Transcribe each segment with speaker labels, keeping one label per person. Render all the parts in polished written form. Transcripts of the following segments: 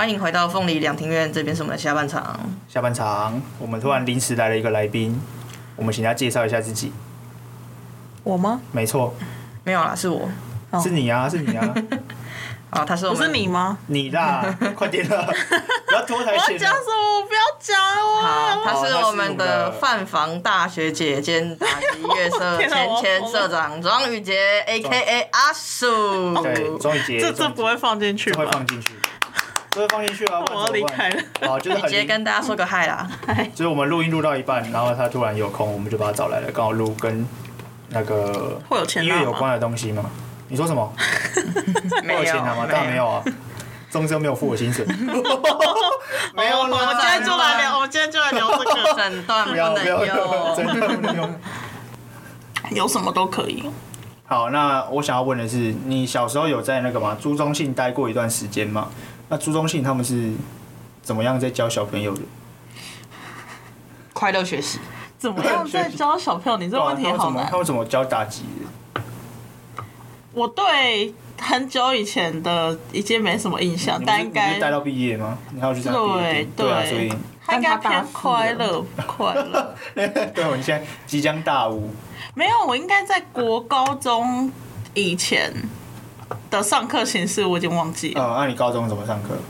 Speaker 1: 欢迎回到凤梨两厅院，这边是我们的下半场。
Speaker 2: 下半场，我们突然临时来了一个来宾，我们请他介绍一下自己。
Speaker 3: 我吗？
Speaker 2: 没错，
Speaker 1: 没有啦，是我。
Speaker 2: 是你啊，是你啊。
Speaker 1: 啊，他是我们。
Speaker 3: 不是你吗？
Speaker 2: 你啦，快点啦，不要拖台前。
Speaker 3: 我要讲什么？我不要讲
Speaker 1: 好，他是我们的饭房大学姐兼打击乐社前社长庄宇杰 ，A.K.A 阿树。
Speaker 2: 对，庄宇杰。
Speaker 3: 这不会放进去吧？
Speaker 2: 这会放进去。这会放进去啊！
Speaker 3: 我要离开了。
Speaker 2: 好，就是
Speaker 1: 宇杰跟大家说个嗨啦。
Speaker 2: 就是我们录音录到一半，然后他突然有空，我们就把他找来了，刚好录跟那个音乐有关的东西嘛。你说什么？
Speaker 1: 没有
Speaker 2: 钱拿吗？当然没有啊，中州没有付我薪水。没有啦，
Speaker 3: 我们今天就来聊，这个。
Speaker 1: 整段不能用，
Speaker 2: 整段不能用。
Speaker 3: 有什么都可以。
Speaker 2: 好，那我想要问的是，你小时候有在那个嘛朱宗庆待过一段时间吗？那朱宗庆他们是怎么样在教小朋友的？
Speaker 1: 快乐学习。
Speaker 3: 怎么样在教小朋友？你这个问题好难。
Speaker 2: 他们怎么教打击的？
Speaker 3: 我对很久以前的已经没什么印象，但应该
Speaker 2: 待到毕业吗？你还要去上毕业？
Speaker 3: 对
Speaker 2: 啊，所以
Speaker 3: 他应该偏快乐。
Speaker 2: 对，我现在即将大五。
Speaker 3: 没有，我应该在国高中以前的上课形式我已经忘记了。
Speaker 2: 那你高中怎么上课？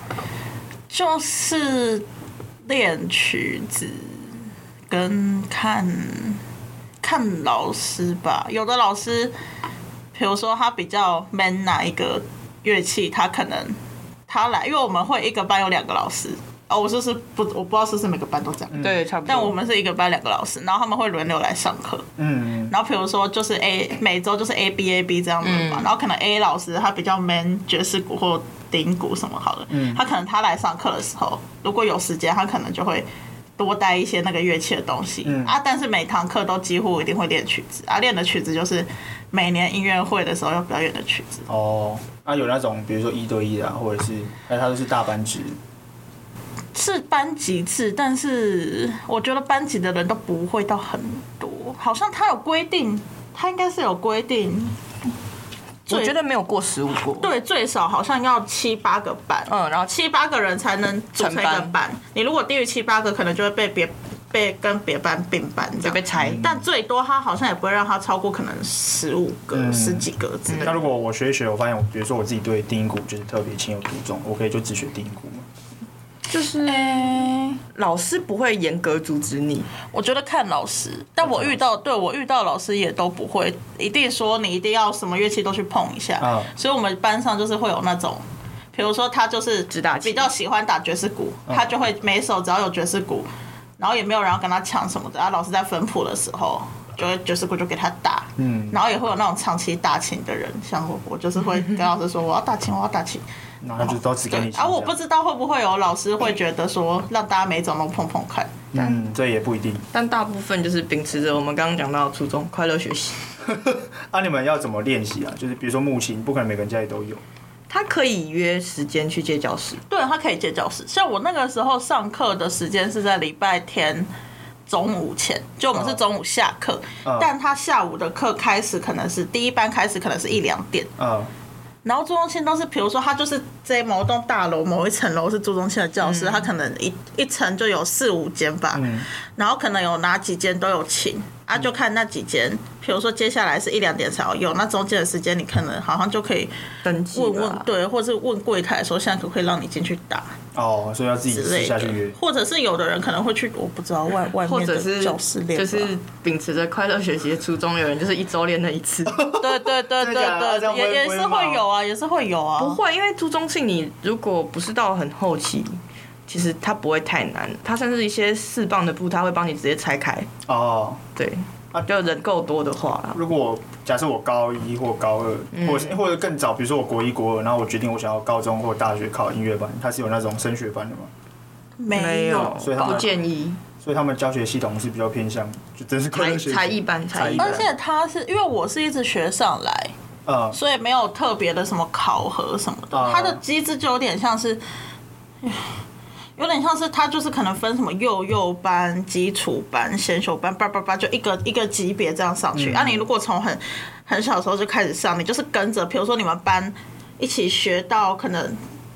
Speaker 3: 就是练曲子跟看老师吧，有的老师。比如说他比较 man 哪一个乐器，他可能他来，因为我们会一个班有2个老师，我不知道是不是每个班都这样，
Speaker 1: 对，差不多。
Speaker 3: 但我们是一个班2个老师，然后他们会轮流来上课，然后比如说就是每周就是 A B 这样子嘛，然后可能 A 老师他比较 man 爵士鼓或顶鼓什么好了，他可能他来上课的时候，如果有时间，他可能就会多带一些那个乐器的东西，但是每堂课都几乎一定会练曲子，练的曲子就是每年音乐会的时候要表演的曲子。
Speaker 2: 有那种比如说1对1的，或者是他都是大班制，
Speaker 3: 是班级制，但是我觉得班级的人都不会到很多，好像他有规定，他应该是有规定。
Speaker 1: 我觉得没有过15个。
Speaker 3: 对，最少好像要7、8个班，然后7、8个人才能组成一个班。你如果低于7、8个，可能就会被跟别班并班，就
Speaker 1: 被拆。
Speaker 3: 但最多他好像也不会让他超过可能15个、10几个之类的。
Speaker 2: 那如果我学一学，我发现比如说我自己对低音鼓就是特别情有独钟，我可以就只学低音鼓吗？
Speaker 1: 就是老师不会严格阻止你，
Speaker 3: 我觉得看老师，但我遇到老师也都不会一定说你一定要什么乐器都去碰一下，所以我们班上就是会有那种，比如说他就是比较喜欢打爵士鼓，他就会每首只要有爵士鼓，然后也没有人要跟他抢什么的，然后老师在分谱的时候，就会爵士鼓就给他打，然后也会有那种长期打琴的人，像我就是会跟老师说我要打琴，
Speaker 2: 然后就都只给你。
Speaker 3: 我不知道会不会有老师会觉得说让大家每种都碰碰看。
Speaker 2: 这也不一定。
Speaker 1: 但大部分就是秉持着我们刚刚讲到的初衷，快乐学习。
Speaker 2: 你们要怎么练习啊？就是比如说木琴，不可能每个人家里都有。
Speaker 1: 他可以约时间去借教室。
Speaker 3: 对，他可以借教室。像我那个时候上课的时间是在礼拜天中午前，就我们是中午下课，但他下午的课开始可能是第一班开始可能是1、2点。然后朱宗庆都是，比如说他就是在某栋大楼某一层楼是朱宗庆的教室，他可能一层就有4、5间吧，然后可能有哪几间都有琴，就看那几间，比如说接下来是1、2点才要用，那中间的时间你可能好像就可以
Speaker 1: 登记
Speaker 3: 问，对，或者是问柜台说现在可不可以让你进去打。
Speaker 2: 所以要自己私下去约，
Speaker 3: 或者是有的人可能会去，我不知道外面的教室练，
Speaker 1: 就是秉持着快乐学习的初衷，有人就是1周练那1次。
Speaker 3: 对，也是会有啊，也是会有啊。
Speaker 1: 不会，因为朱宗庆你如果不是到很后期，其实它不会太难，它甚至一些4磅的步，它会帮你直接拆开。对。就人够多的话啦。
Speaker 2: 如果假设我高1或高2，或者更早，比如说我国1、国2，然后我决定我想要高中或大学考音乐班，它是有那种升学班的吗？
Speaker 3: 没有，
Speaker 2: 所以他们
Speaker 1: 不建议。
Speaker 2: 所以他们教学系统是比较偏向，就真是快乐学习
Speaker 1: 才艺班。
Speaker 3: 而且他是因为我是一直学上来，所以没有特别的什么考核什么的，它的机制就有点像是。有点像是他就是可能分什么幼班、基础班、先修班，就一个级别这样上去。你如果从很小的时候就开始上，你就是跟着，比如说你们班一起学到可能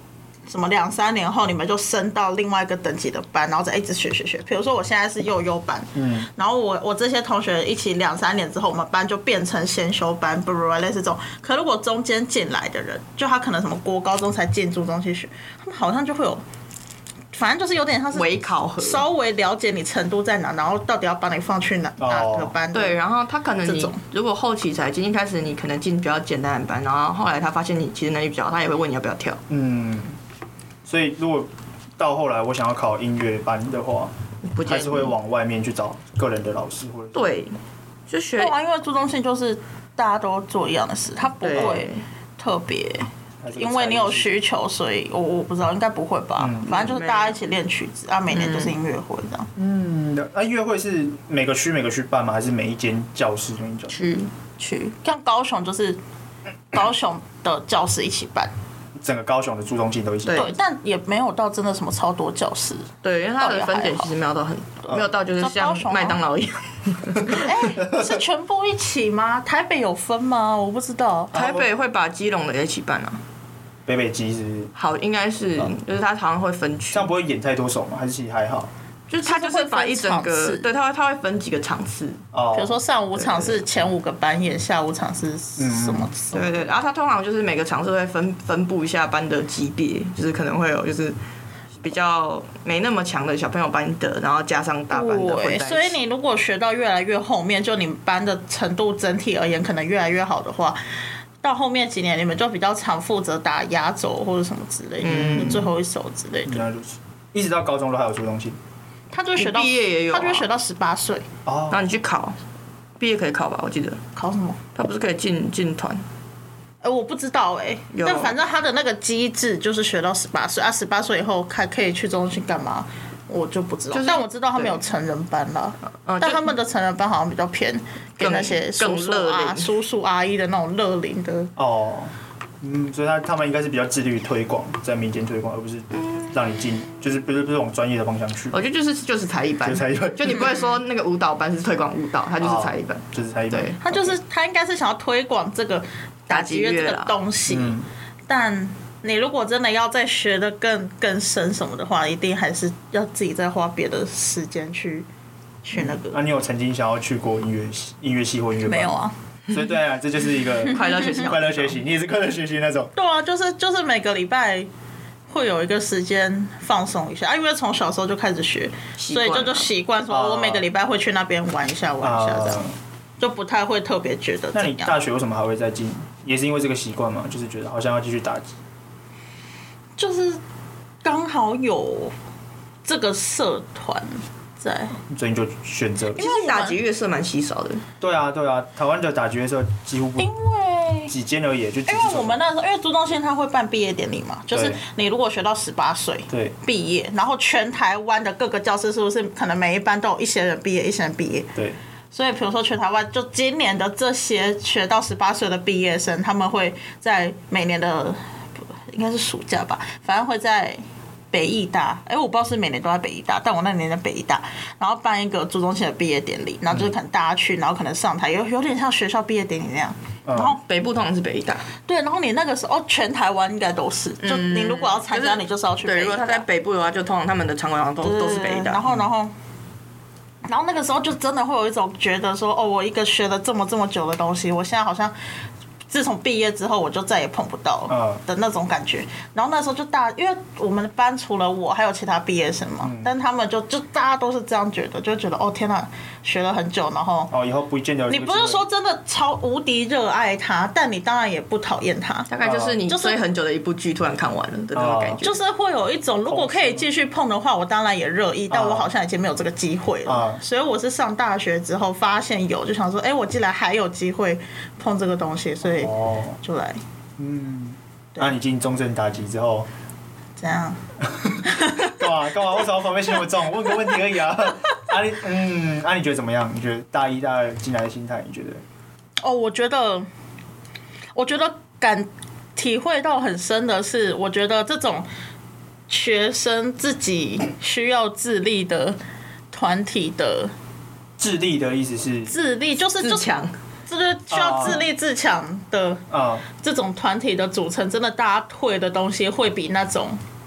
Speaker 3: 什么2-3年后你们就升到另外一个等级的班，然后再一直学。比如说我现在是幼幼班，然后我这些同学一起2-3年之后，我们班就变成先修班，不类似这种。可如果中间进来的人，就他可能什么国高中才进初中去学，他们好像就会有。反正就是有点像是
Speaker 1: 微考核，
Speaker 3: 稍微了解你程度在哪，然后到底要把你放去哪个班。
Speaker 1: 对，然后他可能你如果后期才进，一开始你可能进比较简单的班，然后后来他发现你其实能力比较好，他也会问你要不要跳。
Speaker 2: 所以如果到后来我想要考音乐班的话，还是会往外面去找个人的老师或者。
Speaker 1: 对，就学。
Speaker 3: 因为注重性就是大家都做一样的事，他不会特别。因为你有需求，所以我不知道，应该不会吧？反正就是大家一起练曲子啊，每年就是音乐会这样。
Speaker 2: 音乐会是每个区办吗？还是每一间教室
Speaker 3: 区？像高雄就是高雄的教室一起办，
Speaker 2: 整个高雄的注重性都一起办。
Speaker 3: 对，但也没有到真的什么超多教室。
Speaker 1: 对，因为它的分点其实没有到很没有到就是像麦当劳一样。
Speaker 3: 是全部一起吗？台北有分吗？我不知道。
Speaker 1: 台北会把基隆的也一起办啊。
Speaker 2: 北基是
Speaker 1: 好，应该是，就是他常常会分区，
Speaker 2: 这样不会演太多首吗？还是其实还好？
Speaker 1: 就是他就是把一整个，对，他会分几个场次，
Speaker 3: 比如说上午场是前5个班演，下午场是什么？
Speaker 1: 对，然后他通常就是每个场次会分布一下班的级别，就是可能会有就是比较没那么强的小朋友班的，然后加上大班的混在一起。
Speaker 3: 所以你如果学到越来越后面，就你班的程度整体而言可能越来越好的话。到后面几年，你们就比较常负责打压轴或者什么之类的，最后一首之类的。
Speaker 2: 原来如此，一直到高中都还有注重性。
Speaker 3: 他就会学到
Speaker 1: 毕业也有，
Speaker 3: 他就会学到18岁。
Speaker 1: 然后你去考，毕业可以考吧？我记得。
Speaker 3: 考什么？
Speaker 1: 他不是可以进团？
Speaker 3: 我不知道但反正他的那个机制就是学到18岁啊，18岁以后还可以去中心干嘛？我就不知道，但我知道他们有成人班啦，但他们的成人班好像比较偏给那些叔叔阿姨的那种乐龄的。
Speaker 2: 所以他们应该是比较致力于推广，在民间推广，而不是让你进，就是不是往专业的方向去。
Speaker 1: 我觉得就是才艺班，就你不会说那个舞蹈班是推广舞蹈，他就是才艺班，
Speaker 2: 就是才艺班。
Speaker 3: 对，他应该是想要推广这个打击乐这个东西，但。你如果真的要再学的更深什么的话，一定还是要自己再花别的时间去那个。
Speaker 2: 那你有曾经想要去过音乐系或音乐班？
Speaker 3: 没有啊。
Speaker 2: 所以对啊，这就是一个
Speaker 1: 快乐学习，
Speaker 2: 你也是快乐学习那种。
Speaker 3: 对啊，就是每个礼拜会有一个时间放松一下，因为从小时候就开始学，所以就习惯说，我每个礼拜会去那边玩一下这样，就不太会特别觉得。
Speaker 2: 那你大学为什么还会再进？也是因为这个习惯嘛，就是觉得好像要继续打击。
Speaker 3: 就是刚好有这个社团在，
Speaker 2: 所以你就选择。
Speaker 1: 因为打击乐社蛮稀少的。
Speaker 2: 对啊，台湾的打击乐社几乎不，
Speaker 3: 因为
Speaker 2: 几间而已，就因
Speaker 3: 为我们那时候，因为朱宗宪他会办毕业典礼嘛，就是你如果学到18岁毕业，然后全台湾的各个教室是不是可能每一班都有一些人毕业，一些人毕业？
Speaker 2: 对。
Speaker 3: 所以，比如说全台湾就今年的这些学到18岁的毕业生，他们会在每年的。应该是暑假吧，反正会在北艺大，我不知道是每年都在北艺大，但我那年在北艺大，然后办一个朱宗宪的毕业典礼，然后就是可能大家去，然后可能上台，有点像学校毕业典礼那样。然后
Speaker 1: 北部通常是北艺大，
Speaker 3: 对，然后你那个时候全台湾应该都是，就你如果要参加，你就是要去北艺大。
Speaker 1: 对，如果他在北部的话，就通常他们的场馆都是北艺大。
Speaker 3: 然后那个时候就真的会有一种觉得说，我一个学了这么久的东西，我现在好像。自从毕业之后，我就再也碰不到的那种感觉。然后那时候就因为我们班除了我，还有其他毕业生嘛，但他们就大家都是这样觉得，就觉得天哪，学了很久，然后
Speaker 2: 以后不见得。
Speaker 3: 你不是说真的超无敌热爱他，但你当然也不讨厌他。
Speaker 1: 大概就是你追很久的一部剧突然看完了的那种感觉。
Speaker 3: 就是会有一种，如果可以继续碰的话，我当然也乐意，但我好像已经没有这个机会了。所以我是上大学之后发现有，就想说，我既然还有机会碰这个东西，所以。就来，
Speaker 2: 那你进中正打击之后，
Speaker 3: 怎样？
Speaker 2: 干嘛？为什么防备心那么重？问个问题而已啊。你觉得怎么样？你觉得大一、大二进来的心态，你觉得？
Speaker 3: 我觉得体会到很深的是，我觉得这种学生自己需要自立的团体的。
Speaker 2: 自立的意思是？
Speaker 3: 自立就是
Speaker 1: 自强。
Speaker 3: 就是需要自立自强的这种团体的组成，真的大家会的东西会比那种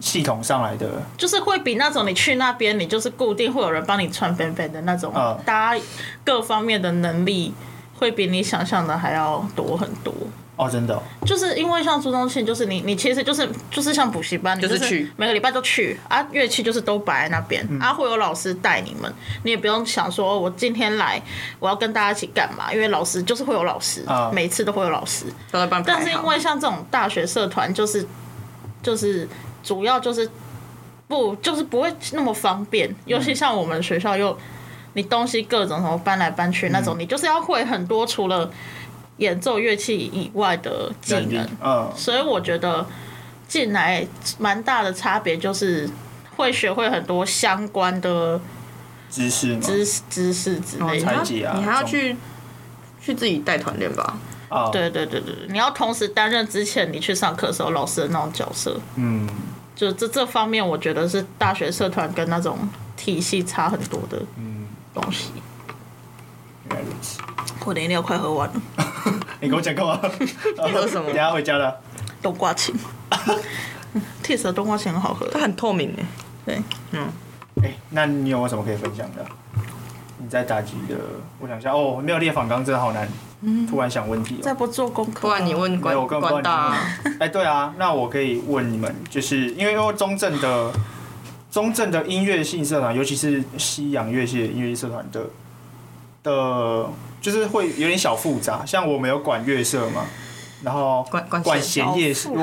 Speaker 2: 系统上来的，
Speaker 3: 就是会比那种你去那边，你就是固定会有人帮你穿benben的那种，大家各方面的能力会比你想象的还要多很多。
Speaker 2: 哦，真的、哦，
Speaker 3: 就是因为像朱宗庆，就是你其实就是像补习班，你就是去每个礼拜都去啊，乐器就是都摆在那边、啊，会有老师带你们，你也不用想说我今天来我要跟大家一起干嘛，因为老师就是会有老师，每次都会有老师。但是因为像这种大学社团，就是主要就是不会那么方便，尤其像我们学校又你东西各种什么搬来搬去那种，你就是要会很多除了演奏乐器以外的技能，所以我觉得进来蛮大的差别就是会学会很多相关的
Speaker 2: 知识
Speaker 3: 知识之类的。
Speaker 1: 你还要去自己带团练吧？
Speaker 3: 对，你要同时担任之前你去上课的时候老师的那种角色。就这方面，我觉得是大学社团跟那种体系差很多的东西。
Speaker 2: 原来如此。
Speaker 3: 我的饮料快喝完了。
Speaker 2: 你跟我讲干嘛？
Speaker 1: 你喝什么？
Speaker 2: 等下回家了。
Speaker 3: 冬瓜青。Tears 的冬瓜青很好喝，
Speaker 1: 它很透明
Speaker 3: 对，
Speaker 2: 那你有没有什么可以分享的？你在打击的，我想一下哦，没有列访纲真的好难。突然想问题
Speaker 3: 再不做功课，
Speaker 1: 不然你问关大。
Speaker 2: 对啊，那我可以问你们，就是因为中正的音乐性社团，尤其是西洋乐器的音乐社团的，就是会有点小复杂。像我们有管乐社嘛，然后管弦乐社，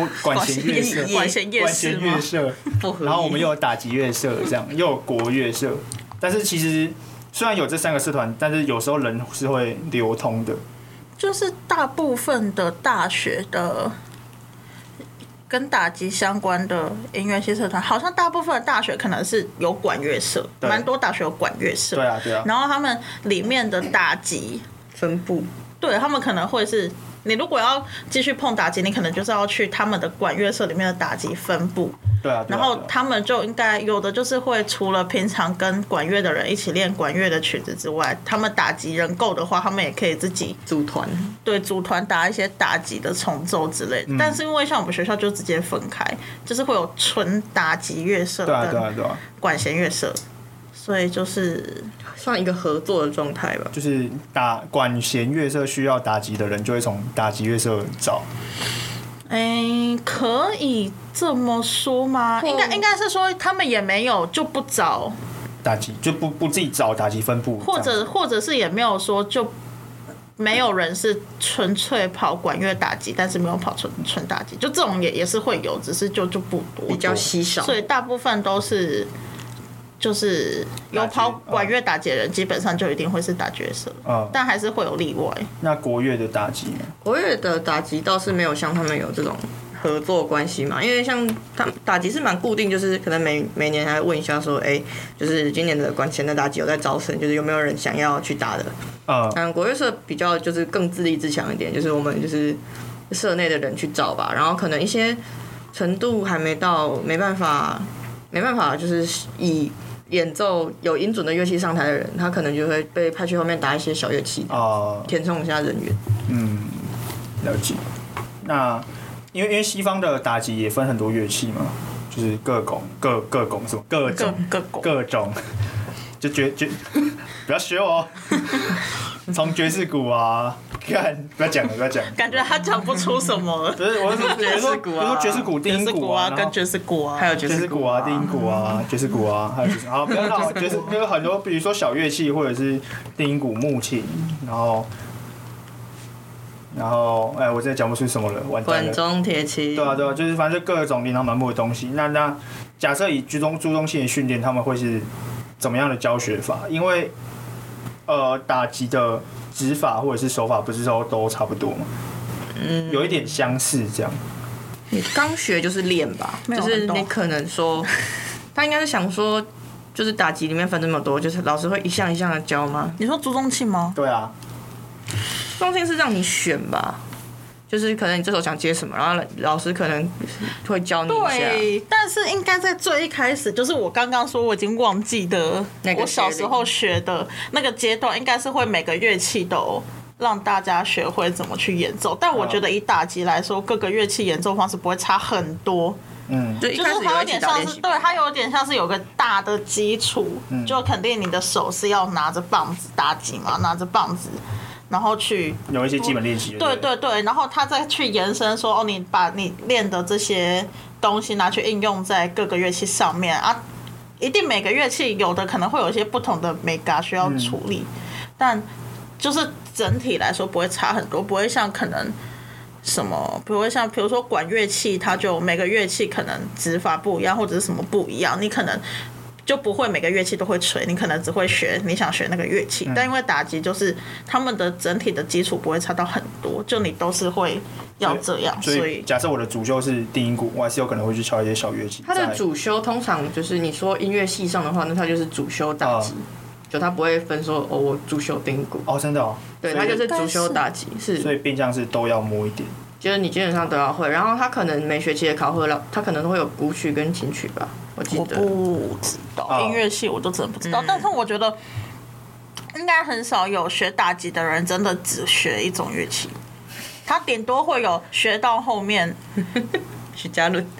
Speaker 2: 然后我们又有打击乐社，这样又有国乐社。但是其实虽然有这3个社团，但是有时候人是会流通的。
Speaker 3: 就是大部分的大学的跟打击相关的音乐系社团，好像大部分的大学可能是有管乐社，蛮多大学有管乐社。
Speaker 2: 对啊。
Speaker 3: 然后他们里面的打击
Speaker 1: 分部，
Speaker 3: 对他们可能会是，你如果要继续碰打击，你可能就是要去他们的管乐社里面的打击分部。
Speaker 2: 对啊。
Speaker 3: 然后他们就应该有的就是会除了平常跟管乐的人一起练管乐的曲子之外，他们打击人够的话，他们也可以自己
Speaker 1: 组团，
Speaker 3: 对，组团打一些打击的重奏之类的。但是因为像我们学校就直接分开，就是会有纯打击乐社跟管弦乐社，所以就是
Speaker 1: 算一个合作的状态吧。
Speaker 2: 就是管弦乐社需要打击的人，就会从打击乐社找。
Speaker 3: 可以这么说吗？应该是说他们也没有就不找
Speaker 2: 打击，就不自己找打击分部，
Speaker 3: 或者是也没有说就没有人是纯粹跑管乐打击，但是没有跑纯打击，就这种也是会有，只是就不多，
Speaker 1: 比较稀少，
Speaker 3: 所以大部分都是。就是有跑管乐打击的人，基本上就一定会是打角色，但还是会有例外。
Speaker 2: 那国乐的打击呢？
Speaker 1: 国乐的打击倒是没有像他们有这种合作关系嘛，因为像他们打击是蛮固定，就是可能每年还问一下说，就是今年的管弦的打击有在招生，就是有没有人想要去打的。国乐社比较就是更自立自强一点，就是我们就是社内的人去找吧，然后可能一些程度还没到，没办法，就是以演奏有音准的乐器上台的人，他可能就会被派去后面打一些小乐器，填充一下人员。
Speaker 2: 了解。那因为西方的打击也分很多乐器嘛，就是各种什么各种，就不要学我，从爵士鼓啊，不要讲了，
Speaker 3: 感觉他讲不出什么了。
Speaker 2: 不是，我是爵士鼓啊，比如说爵士鼓、低音鼓啊，
Speaker 3: 跟爵士鼓啊，
Speaker 1: 还有爵士
Speaker 2: 鼓啊、低音鼓啊、爵士鼓啊，还有爵士。好，不要闹，爵士有很多，比如说小乐器或者是低音鼓、木琴，然后，我真的讲不出什么了，完蛋了。
Speaker 1: 管中铁琴。对
Speaker 2: 啊，就是反正就各种琳琅满目的东西。那假设以朱宗庆的训练，他们会是怎么样的教学法？因为打击的指法或者是手法不是说都差不多吗？有一点相似这样。
Speaker 1: 你刚学就是练吧，就是你可能说，他应该是想说，就是打击里面分这么多，就是老师会一项一项的教吗？
Speaker 3: 你说朱宗庆吗？
Speaker 2: 对啊。
Speaker 1: 朱宗庆是让你选吧，就是可能你这首想接什么，然后老师可能会教你一下。
Speaker 3: 对，但是应该在最一开始，就是我刚刚说我已经忘记的，我小时候学的那个阶段，应该是会每个乐器都让大家学会怎么去演奏。但我觉得以打击来说，各个乐器演奏方式不会差很多。 就是
Speaker 1: 就一开始
Speaker 3: 它有点像是，对，它有点像是有个大的基础，就肯定你的手是要拿着棒子打击嘛，拿着棒子，然后去
Speaker 2: 有一些基本练习。
Speaker 3: 对，然后他再去延伸说，你把你练的这些东西拿去应用在各个乐器上面啊，一定每个乐器有的可能会有一些不同的美感需要处理，但就是整体来说不会差很多，不会像可能。什么不会像比如说管乐器，它就每个乐器可能指法不一样，或者是什么不一样，你可能就不会每个乐器都会吹，你可能只会学你想学那个乐器。但因为打击就是他们的整体的基础不会差到很多，就你都是会要这样。所以
Speaker 2: 假设我的主修是低音鼓，我还是有可能会去敲一些小乐器。
Speaker 1: 它的主修通常就是你说音乐系上的话，那它就是主修打击。就他不会分说我主修低音鼓
Speaker 2: 真的
Speaker 1: 对，他就是主修打击是，
Speaker 2: 所以变相是都要摸一点，
Speaker 1: 就是你基本上都要会，然后他可能每学期的考核他可能都会有古曲跟琴曲吧，我记得。
Speaker 3: 我不知道音乐系我就真的不知道，但是我觉得应该很少有学打击的人真的只学一种乐器，他顶多会有学到后面。
Speaker 1: 许嘉伦，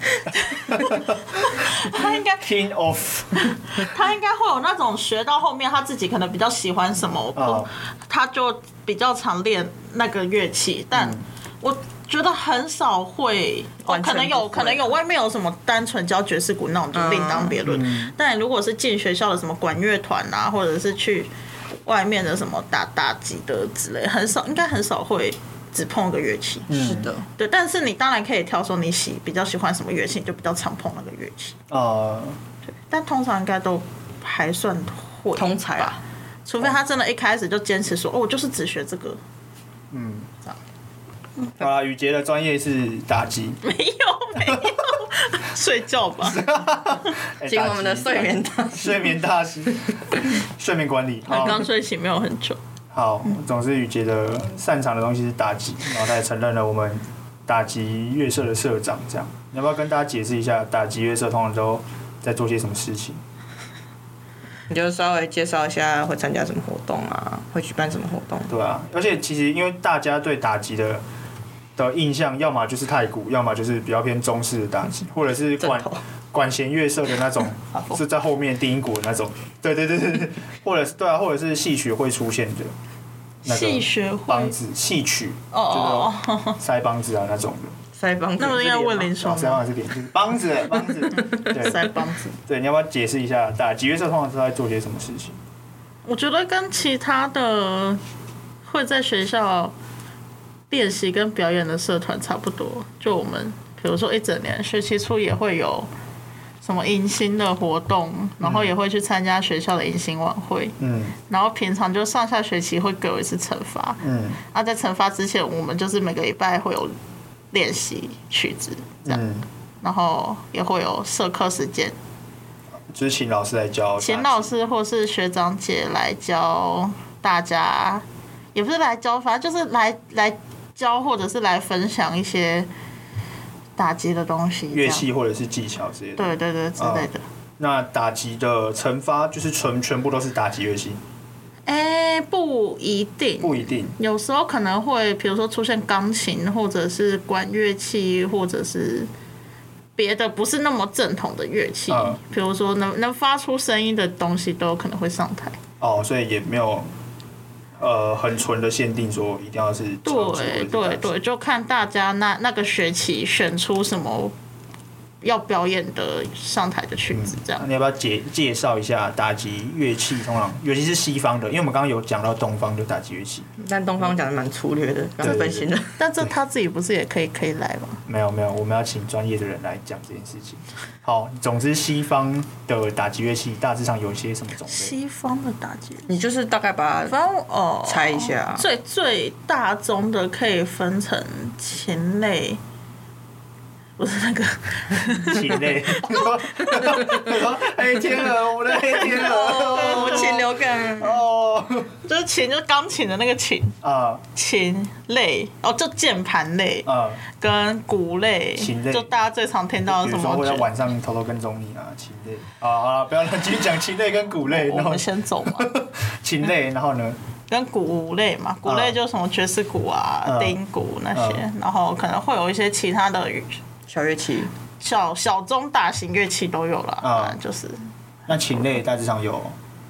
Speaker 3: 他应该
Speaker 2: King of，
Speaker 3: 他应该会有那种学到后面他自己可能比较喜欢什么，他就比较常练那个乐器，但我觉得很少会，可能有外面有什么单纯教爵士鼓那种就另当别论，但如果是进学校的什么管乐团啊，或者是去外面的什么打击的之类，应该很少会。只碰一个乐器，
Speaker 1: 是的，
Speaker 3: 对，但是你当然可以挑说你比较喜欢什么乐器，你就比较常碰那个乐器。对，但通常应该都还算会，
Speaker 1: 通才啊，
Speaker 3: 除非他真的一开始就坚持说，我就是只学这个。这样。
Speaker 2: 好啦，宇杰的专业是打击，
Speaker 3: 没有，睡觉吧。
Speaker 1: 请我们的睡眠
Speaker 2: 大师，睡眠管理。
Speaker 3: 他刚睡醒没有很久。
Speaker 2: 好，总之宇杰的擅长的东西是打击，然后他也承认了我们打击乐社的社长。这样，你要不要跟大家解释一下打击乐社通常都在做些什么事情？
Speaker 1: 你就稍微介绍一下会参加什么活动啊，会举办什么活动？
Speaker 2: 对啊，而且其实因为大家对打击的印象，要么就是太鼓，要么就是比较偏中式的打击，或者是管弦乐社的那种，是在后面低音鼓的那种。对，或者是戏曲会出现的那个梆子，戏曲就是腮帮子啊那种的。
Speaker 1: 腮帮子，
Speaker 3: 那我应该问林爽。
Speaker 2: 腮帮子是脸，就是梆子，对，
Speaker 3: 腮帮子。
Speaker 2: 对，你要不要解释一下打击乐社通常是在做些什么事情？
Speaker 3: 我觉得跟其他的会在学校练习跟表演的社团差不多，就我们比如说一整年学期初也会有什么迎新的活动，然后也会去参加学校的迎新晚会，然后平常就上下学期会各有一次惩罚，在惩罚之前我们就是每个礼拜会有练习曲子这样，然后也会有社课时间，
Speaker 2: 就是请老师来教，
Speaker 3: 请老师或是学长姐来教大家，也不是来教，反正就是来教或者是来分享一些打击的东西，
Speaker 2: 乐器或者是技巧之类的。
Speaker 3: 对之类的。
Speaker 2: 那打击的惩罚就是全部都是打击乐器？
Speaker 3: 不一定，有时候可能会，比如说出现钢琴，或者是管乐器，或者是别的不是那么正统的乐器，比如说能发出声音的东西都有可能会上台。
Speaker 2: 所以也没有很纯的限定说一定要是
Speaker 3: 对，就看大家那个学期选出什么要表演的上台的曲子这样。
Speaker 2: 你要不要介绍一下打击乐器？通常尤其是西方的，因为我们刚刚有讲到东方的打击乐器，
Speaker 1: 但东方讲的蛮粗略的，刚分析的。
Speaker 3: 但这他自己不是也可以来吗？
Speaker 2: 没有，我们要请专业的人来讲这件事情。好，总之西方的打击乐器大致上有些什么种类？
Speaker 3: 西方的打击，
Speaker 1: 你就是大概把它猜一下。
Speaker 3: 最大宗的可以分成琴类。不是那个
Speaker 2: 琴类，黑天鹅，我的黑天鹅，
Speaker 1: 琴流感
Speaker 3: 就是琴，就是钢琴的那个琴琴类就键盘类跟鼓类，就大家最常听到的什么？
Speaker 2: 比如说会在晚上偷偷跟踪你啊，琴类好，不要乱继续讲琴类跟鼓类，
Speaker 3: 我们先走嘛。
Speaker 2: 琴类，然后呢？
Speaker 3: 跟鼓类嘛，鼓类就什么爵士鼓啊、低音鼓那些，然后可能会有一些其他的
Speaker 1: 小乐器，
Speaker 3: 小中大型乐器都有了，就是。
Speaker 2: 那琴类大致上有？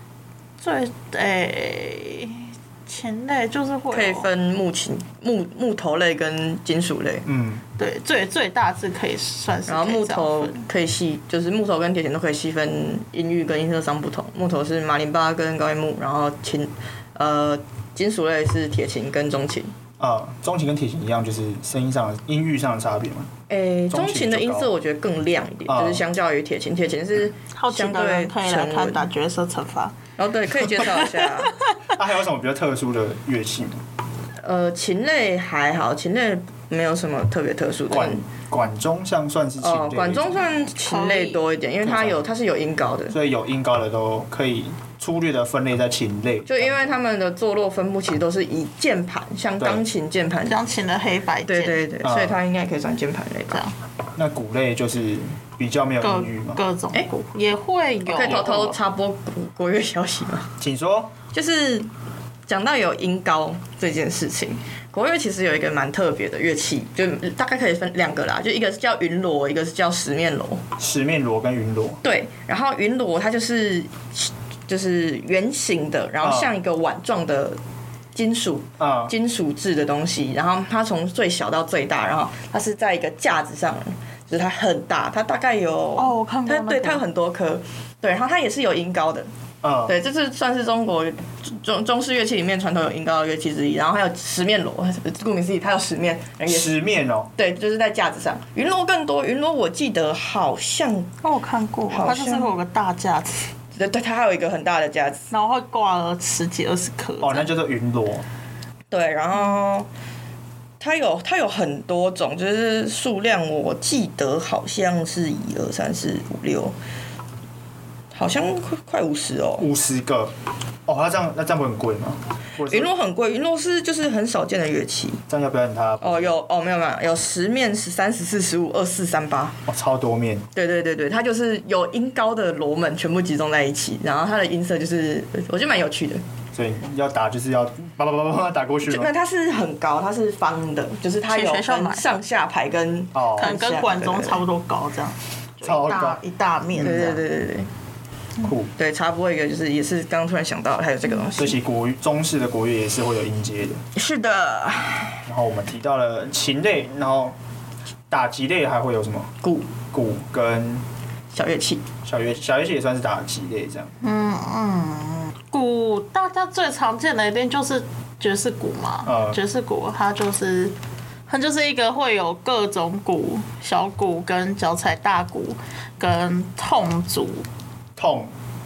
Speaker 3: 琴类就是会
Speaker 1: 可以分木头类跟金属类。
Speaker 3: 对，最大致可以算是。
Speaker 1: 然后木头可以细，就是木头跟铁琴都可以细分音域跟音色上不同。木头是马林巴跟高音木，然后金属类是铁琴跟中琴。
Speaker 2: 中琴跟铁琴一样，就是声音上、音域上的差别嘛。
Speaker 1: 中琴的音色我觉得更亮一点，就是相较于铁琴，铁琴是相对
Speaker 3: 可以来看打角色惩罚。
Speaker 1: 对，可以介绍一下。
Speaker 2: 还有什么比较特殊的乐器吗？
Speaker 1: 琴类还好，琴类没有什么特别特殊的。
Speaker 2: 管中像算是琴类。
Speaker 1: 管中算琴类多一点，因为它是有音高的，
Speaker 2: 所以有音高的都可以粗略的分类在琴类。
Speaker 1: 就因为他们的坐落分布其实都是以键盘，像钢琴键盘，
Speaker 3: 钢琴的黑白键。
Speaker 1: 对，所以它应该可以算键盘类吧。
Speaker 2: 那鼓类就是比较没有音域嘛。
Speaker 3: 各种鼓也会有。
Speaker 1: 可以偷偷插播国乐消息吗？
Speaker 2: 请说。
Speaker 1: 就是讲到有音高这件事情，国乐其实有一个蛮特别的乐器，就大概可以分2个啦，就一个是叫云锣，一个是叫十面锣。
Speaker 2: 十面锣跟云锣。对，
Speaker 1: 然后云锣它就是圆形的，然后像一个碗状的金属制的东西，然后它从最小到最大，然后它是在一个架子上，就是它很大，它大概有
Speaker 3: 我看过
Speaker 1: 对，它有很多颗，对，然后它也是有音高的。对，这是算是中国中式乐器里面传统有音高的乐器之一。然后还有十面锣，顾名思义，它有10面。
Speaker 2: 10面哦。
Speaker 1: 对，就是在架子上。云锣更多，云锣我记得好像
Speaker 3: 我看过，它就是会有个大架子。
Speaker 1: 对，它还有一个很大的架子，
Speaker 3: 然后会挂了10几20颗。
Speaker 2: 那叫做云锣。
Speaker 1: 对，然后它有很多种，就是数量我记得好像是1、2、3、4、5、6。好像快50哦
Speaker 2: ，50个哦，那这样不会很贵吗？
Speaker 1: 云锣很贵，云锣是就是很少见的乐器。
Speaker 2: 这样要表演它？
Speaker 1: 没有10面、13、14、15、24、38。
Speaker 2: 超多面。
Speaker 1: 对，它就是有音高的锣们全部集中在一起，然后它的音色就是我觉得蛮有趣的。
Speaker 2: 所以要打就是要叭打过去吗？
Speaker 1: 那它是很高，它是方的，就是它有分上下排跟
Speaker 3: 可能跟管中差不多高这样，
Speaker 2: 超高
Speaker 3: 一大面。
Speaker 1: 对。
Speaker 2: 酷。
Speaker 1: 对，插播一个，就是也是刚刚突然想到还有这个东西。
Speaker 2: 这些中式的国乐也是会有音阶的。
Speaker 1: 是的。
Speaker 2: 然后我们提到了琴类，然后打击类还会有什么？鼓跟
Speaker 1: 小乐器。
Speaker 2: 小乐器也算是打击类这样。
Speaker 3: 鼓大家最常见的一定就是爵士鼓嘛。爵士鼓它就是一个会有各种鼓，小鼓跟脚踩大鼓跟痛组。
Speaker 2: 痛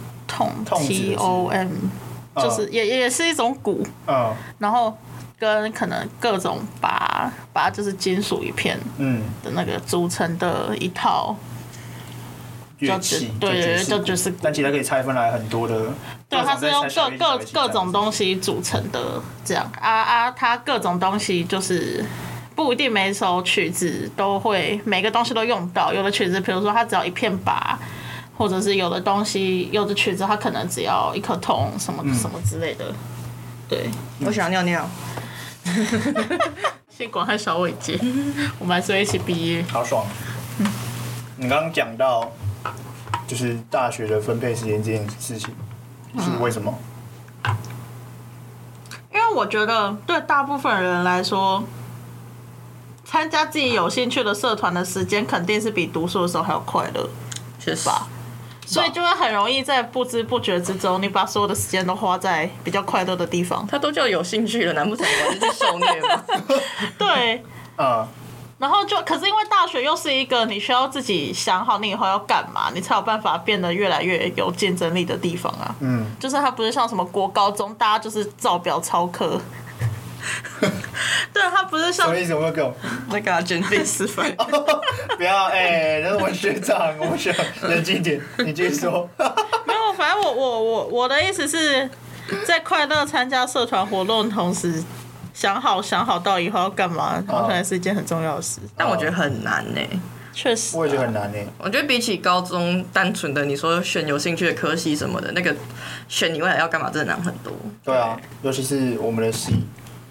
Speaker 3: TOM 就是也是一种鼓。然后跟可能各种把就是金属一片的那个组成的一套
Speaker 2: 乐器。
Speaker 3: 对，就是鼓。
Speaker 2: 但其实可以拆分来很多的。
Speaker 3: 对，它是用各种东西组成的这样。它各种东西就是不一定每首曲子都会每个东西都用到，有的曲子比如说它只要一片拔。或者是有的东西，有的曲子它可能只要一颗痛什么什么之类的。对，
Speaker 1: 我想尿尿。
Speaker 3: 先管他小伟杰，我们还是一起毕业。
Speaker 2: 好爽。你刚刚讲到就是大学的分配时间这件事情，是为什么？
Speaker 3: 因为我觉得对大部分人来说，参加自己有兴趣的社团的时间肯定是比读书的时候还要快乐，
Speaker 1: 是吧？
Speaker 3: 所以就会很容易在不知不觉之中，你把所有的时间都花在比较快乐的地方。
Speaker 1: 他都叫有兴趣了，难不成我是去受虐吗？
Speaker 3: 对，然后可是因为大学又是一个你需要自己想好你以后要干嘛，你才有办法变得越来越有竞争力的地方啊。就是它不是像什么国高中大家就是照表操课。对，他不是像
Speaker 2: 什么意思？我给我
Speaker 1: 那个卷自示范。
Speaker 2: 不要那是我学长，我需要冷静点。你继续说。
Speaker 3: 没有，反正我的意思是在快乐参加社团活动的同时，想好到以后要干嘛，好像是一件很重要的事。
Speaker 1: 但我觉得很难呢。
Speaker 3: 确实，
Speaker 2: 我也觉得很难呢。
Speaker 1: 我觉得比起高中单纯的你说选有兴趣的科系什么的，那个选你未来要干嘛真的难很多。
Speaker 2: 对啊，尤其是我们的系。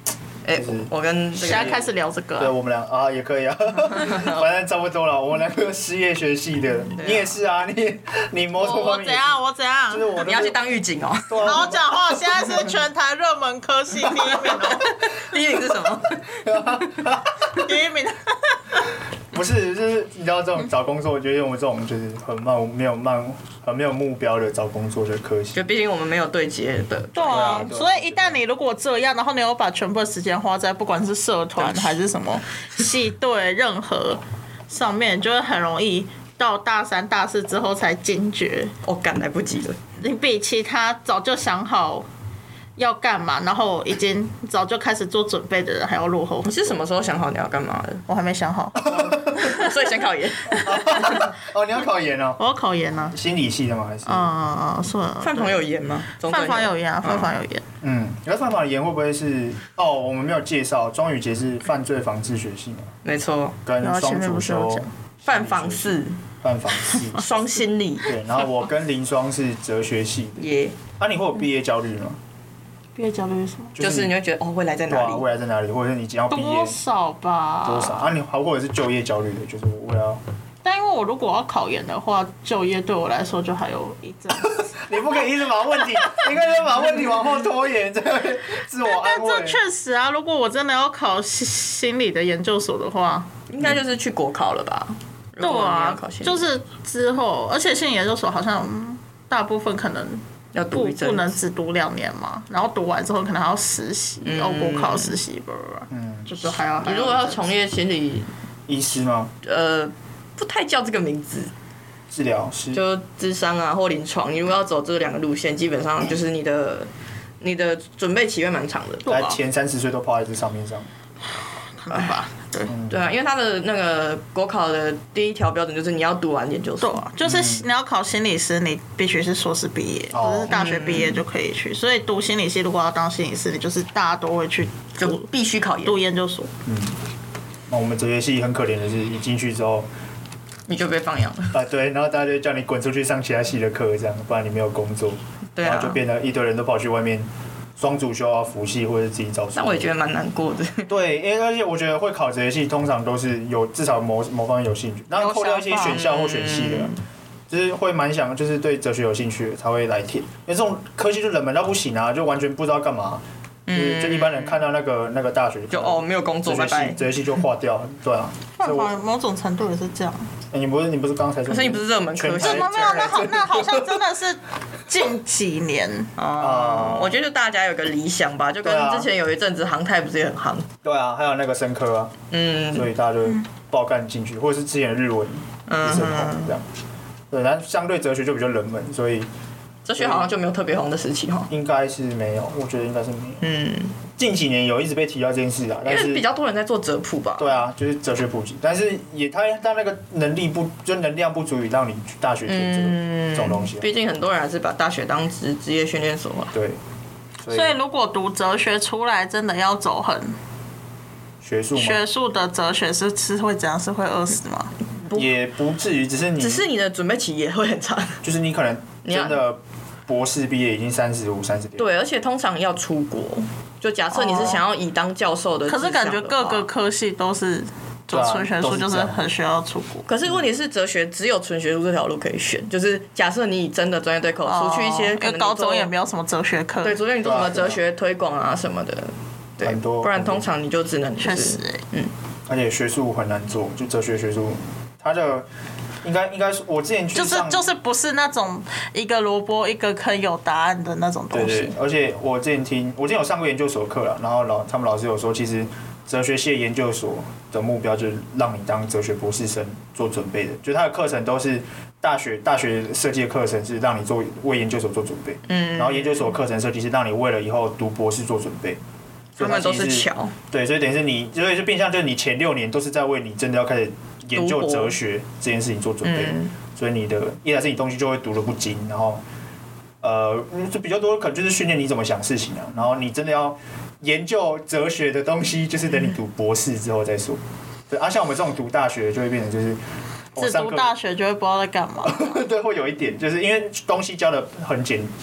Speaker 1: 我跟这个
Speaker 3: 现在开始聊这个、
Speaker 2: 对我们俩啊也可以啊，反正差不多了。我们两个失业学系的，你也是啊，你某种方面
Speaker 3: 我怎样？
Speaker 2: 就是
Speaker 1: 你要去当狱警哦。
Speaker 3: 好好讲话，现在是全台热门科系第一名哦。
Speaker 1: 第一名是什么？
Speaker 3: 第一名。
Speaker 2: 不是，就是你知道这种找工作，我觉得我们这种就是很没有目标的找工作的科系。
Speaker 1: 就毕竟我们没有对接的。
Speaker 3: 对啊，所以一旦你如果这样，然后你有把全部的时间花在不管是社团还是什么系队任何上面，就会很容易到大3、大4之后才惊觉，
Speaker 1: 赶来不及了。
Speaker 3: 你比其他早就想好要干嘛，然后已经早就开始做准备的人还要落后。
Speaker 1: 你是什么时候想好你要干嘛的？
Speaker 3: 我还没想好，
Speaker 1: 所以先考研。
Speaker 2: 哦，你要考研哦？
Speaker 3: 我要考研啊。
Speaker 2: 心理系的吗？还是？
Speaker 3: 是啊。
Speaker 1: 饭房有研吗？
Speaker 3: 饭房有研啊，饭房有研。
Speaker 2: 你看饭房的研会不会是？我们没有介绍，庄宇杰是犯罪防治学系嘛？
Speaker 1: 没错。
Speaker 2: 跟双主修
Speaker 1: 饭房4。
Speaker 2: 饭房4。
Speaker 1: 双心理。
Speaker 2: 对，然后我跟林双是哲学系的。
Speaker 1: 耶。
Speaker 2: 你会有毕业焦虑吗？
Speaker 3: 毕业焦虑是什么？
Speaker 1: 就是你会觉得未来在哪里？
Speaker 2: 未来在哪里？或者是你即将毕业
Speaker 3: 多少吧？
Speaker 2: 多少？你或者是就业焦虑的，就是我要。
Speaker 3: 但因为我如果要考研的话，就业对我来说就还有一阵子。
Speaker 2: 你不可以一直把问题，你可以把问题往后拖延，这样自我安慰。
Speaker 3: 但这确实啊，如果我真的要考心理的研究所的话，
Speaker 1: 应该就是去国考了吧？
Speaker 3: 对啊，就是之后，而且心理研究所好像大部分可能。不能只读2年嘛，然后读完之后可能还要实习，国考实习吧，就是还要。
Speaker 1: 你如果要从业心理
Speaker 2: 医师吗？
Speaker 1: 不太叫这个名字。
Speaker 2: 治疗师
Speaker 1: 就諮商啊或临床，你如果要走这2个路线，基本上就是你的准备期会蛮长的。
Speaker 2: 在前30岁都泡在这上面上。
Speaker 3: 可能吧。
Speaker 1: 对啊，因为他的那个国考的第1条标准就是你要读完研究所，
Speaker 3: 对啊，就是你要考心理师，你必须是硕士毕业，不是大学毕业就可以去。所以读心理系，如果要当心理师，你就是大家都会去，
Speaker 1: 就必须考研，
Speaker 3: 读研究所。
Speaker 2: 那我们哲学系很可怜的是，一进去之后，
Speaker 1: 你就被放养了。
Speaker 2: 对，然后大家就叫你滚出去上其他系的课，这样，不然你没有工作。
Speaker 1: 对啊，
Speaker 2: 然后就变得一堆人都跑去外面。双主修啊，辅系或者自己找。
Speaker 1: 但我也觉得蛮难过的。
Speaker 2: 对，而且我觉得会考哲学系通常都是有至少某方面有兴趣，然后扣掉一些选校或选系的，就是会蛮想就是对哲学有兴趣的才会来填。因为这种科系就冷门到不行啊，就完全不知道干嘛。就一般人看到那个大学
Speaker 1: 就没有工作，拜拜，
Speaker 2: 哲学系就划掉了，对啊。
Speaker 3: 办法某种程度也是这样。
Speaker 2: 你不是刚才说？
Speaker 1: 可是你不是热门科系？
Speaker 3: 怎么没有？那好像真的是近几年
Speaker 1: 我觉得大家有个理想吧，就跟之前有一阵子航太不是也很夯？
Speaker 2: 对啊，还有那个生科啊，所以大家就爆干进去，或者是之前的日文也是很红这样。对，但相对哲学就比较冷门，所以。
Speaker 1: 哲学好像就没有特别红的时期哈，
Speaker 2: 应该是没有，我觉得应该是没有。近几年有一直被提到这件事啊，但是
Speaker 1: 因为比较多人在做哲普吧。
Speaker 2: 对啊，就是哲学普及，但是他那个能量不足以让你去大学填这种东西。
Speaker 1: 毕竟很多人还是把大学当职业训练所嘛。
Speaker 2: 对。
Speaker 3: 所以如果读哲学出来，真的要走很
Speaker 2: 学
Speaker 3: 术的哲学是会怎样？是会饿死吗？
Speaker 2: 也不至于，只是
Speaker 1: 你的准备期也会很长。
Speaker 2: 就是你可能真的。博士毕业已经35、36。
Speaker 1: 对，而且通常要出国。就假设你是想要以当教授的，
Speaker 3: 可是感觉各个科系都是做纯学术，就是很需要出国。
Speaker 1: 可是问题是，哲学只有纯学术这条路可以选。就是假设你真的专业对口，除去一些可能
Speaker 3: 高中也没有什么哲学课，
Speaker 1: 对，除非你做什么哲学推广啊什么的，对，不然通常你就只能
Speaker 3: 确实，
Speaker 2: 而且学术很难做，就哲学学术，它的。应该是我之前去
Speaker 3: 就是不是那种一个萝卜一个坑有答案的那种东西。
Speaker 2: 对，而且我之前有上过研究所课啦，然后他们老师有说，其实哲学系研究所的目标就是让你当哲学博士生做准备的，就他的课程都是大学设计的课程是让你为研究所做准备，然后研究所课程设计是让你为了以后读博士做准备。
Speaker 1: 他们都是巧。
Speaker 2: 对，所以等于是所以就变相就是你前6年都是在为你真的要开始。研究哲学这件事情做准备，所以你的一来是你东西就会读得不精，然后就比较多可能就是训练你怎么想事情啊，然后你真的要研究哲学的东西，就是等你读博士之后再说。对，像我们这种读大学就会变成就是
Speaker 3: 只读大学就会不知道在干嘛。
Speaker 2: 对，会有一点，就是因为东西教的很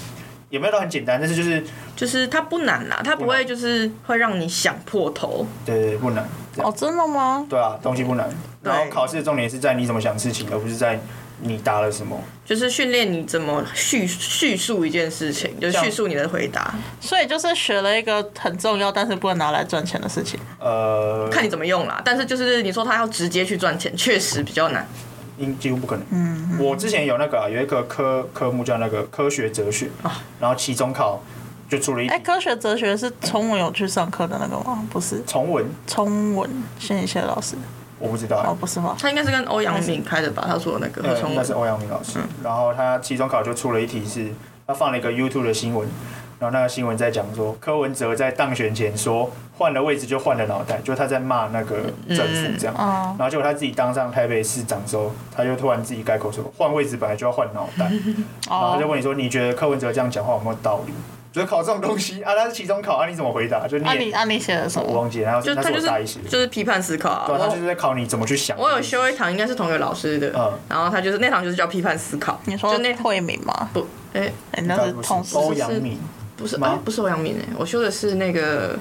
Speaker 2: 也没有到很简单，但是
Speaker 1: 就是它不难啦，它不会就是会让你想破头。
Speaker 2: 对，不难。
Speaker 3: 哦，真的吗？
Speaker 2: 对啊，东西不难。然后考试的重点是在你怎么想事情，而不是在你答了什么。就是
Speaker 1: 训练你怎么叙述一件事情，就是叙述你的回答。
Speaker 3: 所以就是学了一个很重要但是不能拿来赚钱的事情。
Speaker 1: 看你怎么用啦。但是就是你说他要直接去赚钱，确实比较难。
Speaker 2: 几乎不可能。我之前有有一个科目叫那个科学哲学，然后期中考就出了一题。
Speaker 3: 科学哲学是崇文有去上课的那个吗？不是。崇文谢谢老师。
Speaker 2: 我不知道。
Speaker 3: 哦，不是吗？
Speaker 1: 他应该是跟欧阳敏开的吧？他说的那个。
Speaker 2: 那是欧阳敏老师。然后他期中考就出了一题是，他放了一个 YouTube 的新闻。然后那个新闻在讲说，柯文哲在当选前说换了位置就换了脑袋，就他在骂那个政府这样。然后结果他自己当上台北市长之后，他就突然自己改口说换位置本来就要换脑袋。然后他就问你说，你觉得柯文哲这样讲话有没有道理？就是考这种东西啊，他是期中考啊，你怎么回答？就
Speaker 3: 你写的什么？
Speaker 2: 我忘记了，那是我大一写的，
Speaker 1: 就是批判思考啊。
Speaker 2: 对，他就是在考你怎么去想。
Speaker 1: 我有修一堂，应该是同一个老师的，然后他就是那堂就是叫批判思考。
Speaker 3: 你说那慧敏吗？
Speaker 1: 不，
Speaker 3: 那是同事。
Speaker 2: 欧阳敏。
Speaker 1: 不是不是欧阳敏我修的是那个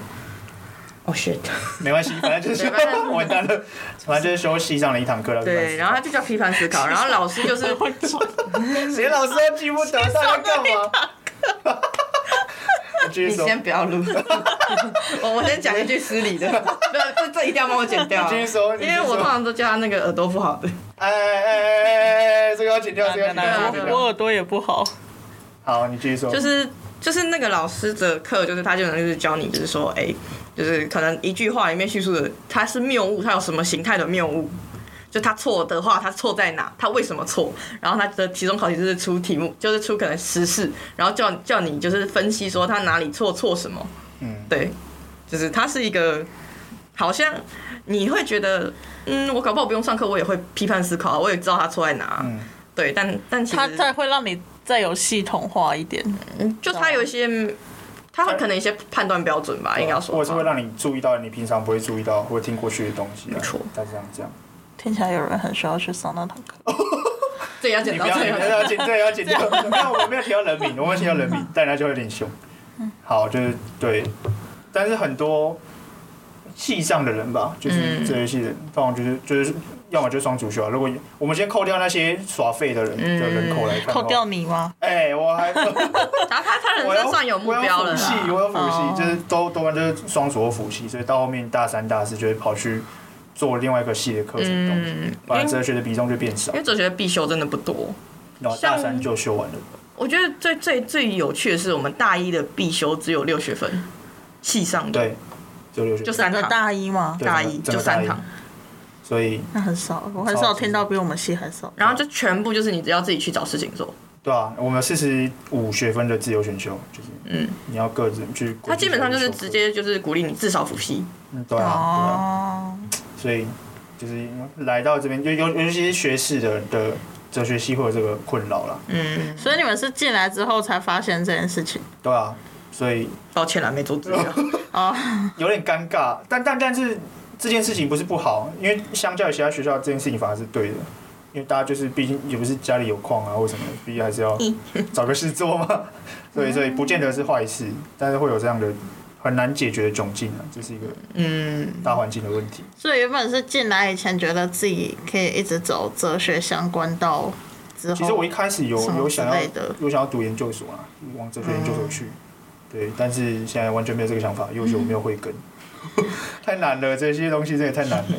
Speaker 1: shit，
Speaker 2: 没关系，反正就是完蛋了，反正就是修系上的一堂课了。
Speaker 1: 对，然后他就叫批判思考，然后老师就是
Speaker 2: 谁老师都记不得，他在干嘛？
Speaker 1: 你先不要录，我先讲一句失礼的，这一定要帮我剪掉。
Speaker 2: 继续说，
Speaker 1: 因为我通常都叫他那个耳朵不好的。
Speaker 2: 这个要剪掉，这个要剪掉。
Speaker 3: 我耳朵也不好。
Speaker 2: 好，你继续说。
Speaker 1: 就是那个老师的课，就是他就是教你，就是说，就是可能一句话里面叙述的它是谬误，它有什么形态的谬误，就他错的话，他错在哪，他为什么错？然后他的期中考题就是出题目，就是出可能时事，然后叫你就是分析说他哪里错什么。对，就是他是一个好像你会觉得，我搞不好不用上课，我也会批判思考，我也知道他错在哪。对，但其实
Speaker 3: 他再会让你再有系统化一点。
Speaker 1: 就他有一些。他可能有一些判断标准吧，应该说。
Speaker 2: 或者是会让你注意到你平常不会注意到或听过去的东西。
Speaker 1: 没错。
Speaker 2: 大致这样。
Speaker 3: 听起来有人很需要去上那堂课。
Speaker 1: 这也要剪掉，
Speaker 2: 这也要剪掉。没有，我没有提到人名，我没有提到人名，但他就会有点凶。好，就是对，但是很多系上的人吧，就是这些系人，通常就是要么就是双主修。如果我们先扣掉那些耍废的人的人口来看，
Speaker 3: 扣掉你吗？
Speaker 2: 我还他
Speaker 1: 人生算有目标了。
Speaker 2: 我有辅系，就是多半就是双主或辅系，所以到后面大3、大4就会跑去做另外一个系的课程东西，反正哲学的比重就变少。
Speaker 1: 因为哲学的必修真的不多，
Speaker 2: 然后大3就修完了。
Speaker 1: 我觉得最有趣的是，我们大一的必修只有6学分，系上的
Speaker 2: 对，只有6学分，
Speaker 1: 就3堂。
Speaker 3: 大一吗？
Speaker 1: 大一就3堂。
Speaker 2: 所以
Speaker 3: 那很少，我很少听到比我们系还少。
Speaker 1: 然后就全部就是你只要自己去找事情做。
Speaker 2: 对啊，我们45学分的自由选修，就是你要各自去。
Speaker 1: 他基本上就是直接就是鼓励你至少辅系。
Speaker 2: 对啊。所以就是来到这边，尤其是学士的哲学系会有这个困扰啦。
Speaker 3: 所以你们是进来之后才发现这件事情。
Speaker 2: 对啊，所以
Speaker 1: 抱歉啦，没做资料。
Speaker 2: 有点尴尬，但是。这件事情不是不好，因为相较于其他学校，这件事情反而是对的，因为大家就是毕竟也不是家里有矿啊或什么，毕竟还是要找个事做嘛，所以不见得是坏事，但是会有这样的很难解决的窘境啊，这是一个大环境的问题。
Speaker 3: 所以原本是进来以前觉得自己可以一直走哲学相关到之后，
Speaker 2: 其实我一开始有想要读研究所啊，往哲学研究所去，对，但是现在完全没有这个想法，因为我没有慧根。太难了，这些东西真的太难了。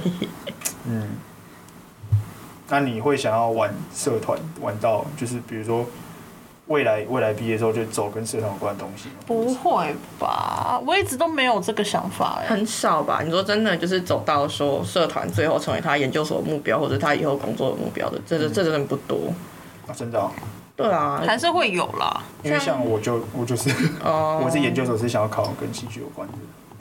Speaker 2: 那你会想要玩社团，玩到就是比如说未来毕业之后就走跟社团有关的东西吗？
Speaker 3: 不会吧，我一直都没有这个想法。
Speaker 1: 很少吧？你说真的就是走到说社团最后成为他研究所的目标，或者他以后工作的目标的，这真的不多。
Speaker 2: 真的。
Speaker 1: 对啊，
Speaker 3: 还是会有啦。
Speaker 2: 因为像我就是我是研究所是想要考跟戏剧有关的。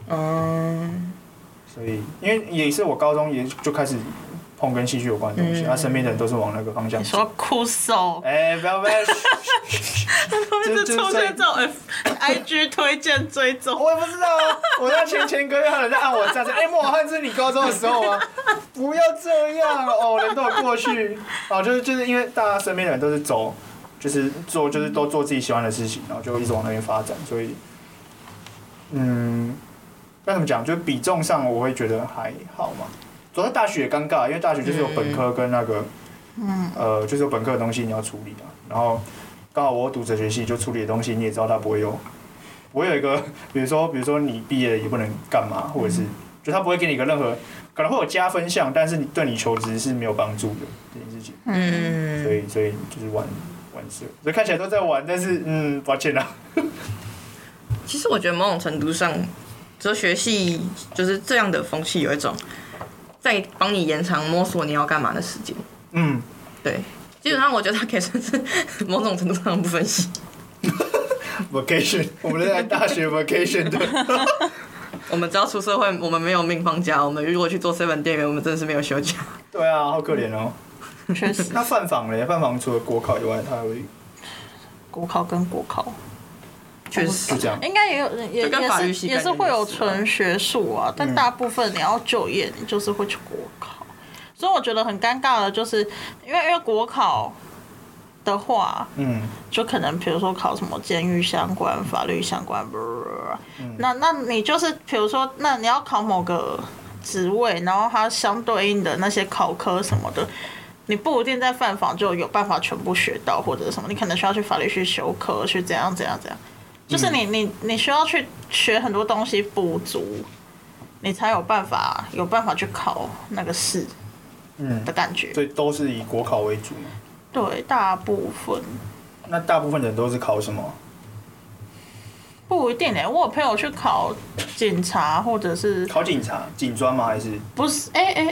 Speaker 2: 所以因为也是我高中也就开始碰跟戏剧有关的东西，身边的人都是往那个方向。
Speaker 3: 你说酷手？
Speaker 2: 不要！
Speaker 3: 一直出现这种 IG 推荐追踪。
Speaker 2: 我也不知道啊，我在前个月还有人在按我赞成。莫浩瀚是你高中的时候吗？不要这样人都有过去。就是因为大家身边的人都是走就是都做自己喜欢的事情，然后就一直往那边发展，所以该怎么讲？就是比重上我会觉得还好嘛。主要是大学也尴尬，因为大学就是有本科跟那个就是有本科的东西你要处理嘛，然后刚好我读哲学系，就处理的东西你也知道它不会有一个，比如说你毕业了也不能干嘛，或者是就他不会给你一个任何可能会有加分项，但是对你求职是没有帮助的这件事情。所以就是玩社，所以看起来都在玩，但是抱歉啦。
Speaker 1: 其实我觉得某种程度上，哲学系就是这样的风气有一种在帮你延长摸索你要干嘛的时间。对，基本上我觉得它可以算是某种程度上的不分析。
Speaker 2: vacation， 我们在大学 vacation 的。
Speaker 1: 我们只要出社会，我们没有命放假。我们如果去做 7 店员，我们真的是没有休假。
Speaker 2: 对啊，好可怜哦。
Speaker 3: 确实。
Speaker 2: 那饭坊嘞？饭坊除了国考以外，它还会
Speaker 3: 国考跟国考。
Speaker 1: 确实
Speaker 2: 就这样，
Speaker 3: 应该也是会有纯学术啊，但大部分你要就业，你就是会去国考，所以我觉得很尴尬的，就是因为国考的话，就可能比如说考什么监狱相关、法律相关，那你就是比如说，那你要考某个职位，然后它相对应的那些考科什么的。你不一定在饭坊就有办法全部学到，或者是什么，你可能需要去法律系修课，去怎样，就是你需要去学很多东西补足，你才有办法去考那个试的感觉。
Speaker 2: 所以都是以国考为主嘛。
Speaker 3: 对，大部分。
Speaker 2: 那大部分人都是考什么？
Speaker 3: 不一定我有朋友去考警察，或者是
Speaker 2: 考警察、警专吗？还是
Speaker 3: 不是？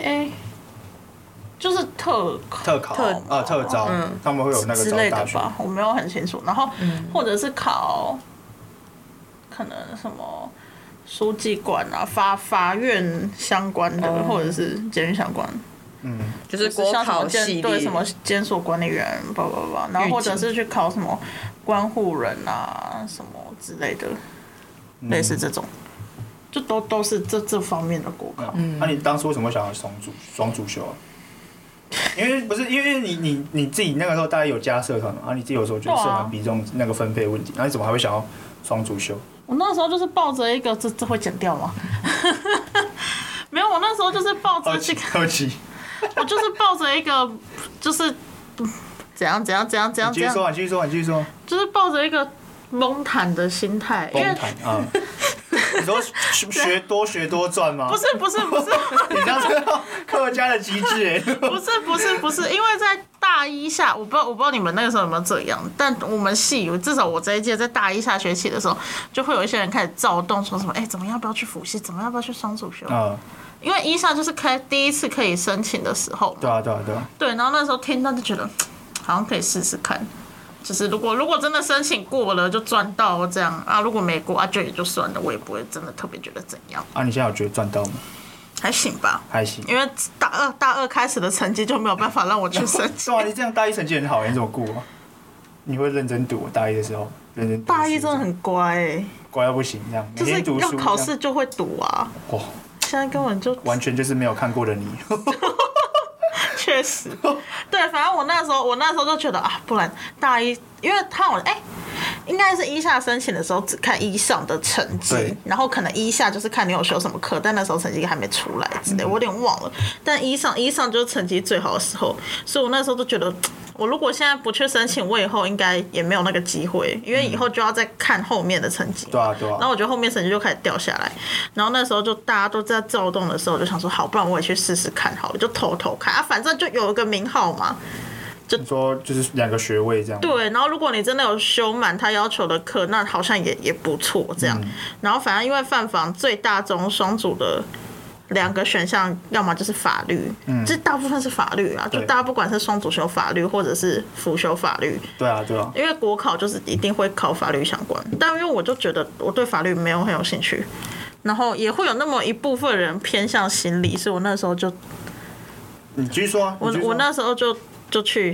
Speaker 3: 就是特
Speaker 2: 考特招，他们会有那个
Speaker 3: 之类的吧，我没有很清楚。然后或者是考可能什么书记官啊、法院相关的，或者是监狱相关。
Speaker 1: 就是国考系列，
Speaker 3: 对什么监所管理员，然后或者是去考什么关护人啊什么之类的，类似这种，就都是这方面的国考。
Speaker 2: 那你当初为什么想要双主修啊？因为你自己那个时候大概有加社团嘛，然后你自己有时候觉得社团比重那个分配问题，然后你怎么还会想要双主修？
Speaker 3: 我那时候就是抱着一个这会剪掉吗？没有，我那时候就是抱着
Speaker 2: 好奇，
Speaker 3: 我就是抱着一个就是怎样，
Speaker 2: 你继续说，
Speaker 3: 就是抱着一个蒙坦的心态，
Speaker 2: 蒙坦啊。你说学多赚吗？
Speaker 3: 不是，
Speaker 2: 你这样是客家的机制哎。
Speaker 3: 不是，因为在大一下，我不知道你们那个时候有没有这样，但我们系至少我这一届在大一下学期的时候，就会有一些人开始躁动，说什么怎么要不要去辅系，怎么要不要去双主修？因为一下就是第一次可以申请的时候。
Speaker 2: 对啊。
Speaker 3: 对，然后那时候听到就觉得好像可以试试看。就是如果真的申请过了就赚到这样啊，如果没过就也就算了，我也不会真的特别觉得怎样。
Speaker 2: 你现在有觉得赚到吗？
Speaker 3: 还行吧，
Speaker 2: 还行。
Speaker 3: 因为大二开始的成绩就没有办法让我去申请。
Speaker 2: 对啊，你这样大一成绩很好，你怎么过啊？你会认真读大一的时候，认真读。
Speaker 3: 大一真的很乖
Speaker 2: 乖到不行这样，每天读书。
Speaker 3: 就是要考试就会读啊。哇，现在根本就
Speaker 2: 完全就是没有看过的你。
Speaker 3: 确实，对，反正我那时候就觉得不然大一，因为应该是一下申请的时候只看一上的成绩，然后可能一下就是看你有修什么课，但那时候成绩还没出来之类，我有点忘了。但一上就是成绩最好的时候，所以我那时候就觉得，我如果现在不去申请，我以后应该也没有那个机会，因为以后就要再看后面的成绩。
Speaker 2: 对啊。
Speaker 3: 然后我觉得后面成绩就开始掉下来，然后那时候就大家都在躁动的时候，我就想说，好，不然我也去试试看好了，就偷看反正就有一个名号嘛。
Speaker 2: 你说就是2个学位这样。
Speaker 3: 对，然后如果你真的有修满他要求的课，那好像也不错这样。然后反正因为饭坊最大宗双主的2个选项，要么就是法律，这大部分是法律啊，就大家不管是双主修法律或者是辅修法律。
Speaker 2: 对啊。因
Speaker 3: 为国考就是一定会考法律相关，但因为我就觉得我对法律没有很有兴趣，然后也会有那么一部分人偏向心理，所以我那时候就。
Speaker 2: 你继续说啊。
Speaker 3: 我那时候就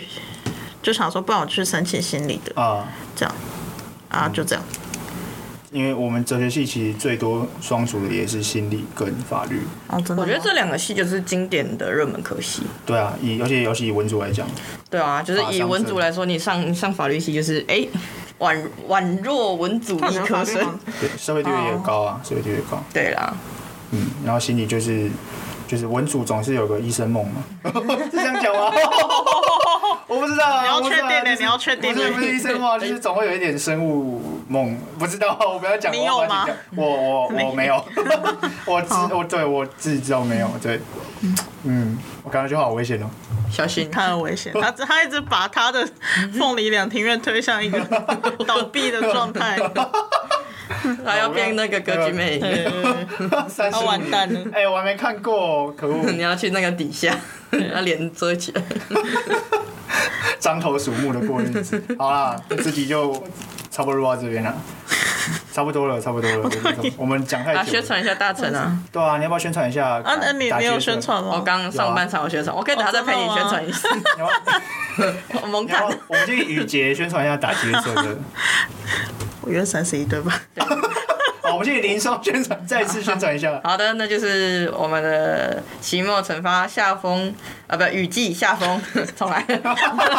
Speaker 3: 想说，不然我去申请心理的这样就这样。
Speaker 2: 因为我们哲学系其实最多双主的也是心理跟法律。
Speaker 3: 哦，真的吗？
Speaker 1: 我觉得这2个系就是经典的热门科系。
Speaker 2: 对啊，尤其以文组来讲。
Speaker 1: 对啊，就是以文组来说，你上法律系就是宛若文组医科生。
Speaker 2: 对，社会地位也高啊，社会地位高。
Speaker 1: 对啦。
Speaker 2: 然后心理就是文组总是有个医生梦嘛，是这样讲吗？我不知道啊，
Speaker 3: 你要确定的，你要确定的。
Speaker 2: 不是医生梦，就是总会有一点生物梦，不知道，我不要讲。
Speaker 3: 你有吗？
Speaker 2: 我没有，我自己知道没有，对，我感觉就好危险哦。
Speaker 1: 小心，
Speaker 3: 他很危险，他一直把他的凤梨两厅院推向一个倒闭的状态。
Speaker 1: 他要变那个歌剧魅影，
Speaker 3: 他完蛋了。
Speaker 2: 我还没看过，可恶！
Speaker 1: 你要去那个底下，要脸遮起来，
Speaker 2: 獐头鼠目的过日子。好啦，这集就差不多录到这边了，差不多了。我们讲太久了。
Speaker 1: 宣传一下大成啊！
Speaker 2: 对啊，你要不要宣传一下？
Speaker 3: 你有宣传吗？
Speaker 1: 我刚上班才有宣传，我可以等下再陪你宣传一下。蒙坦，
Speaker 2: 我们建议雨杰宣传一下打击乐社的。
Speaker 3: 5月31对吧？
Speaker 2: 好，我们建议林松宣传，再次宣传一下。
Speaker 1: 好的，那就是我们的期末惩罚下风雨季下风，重来。完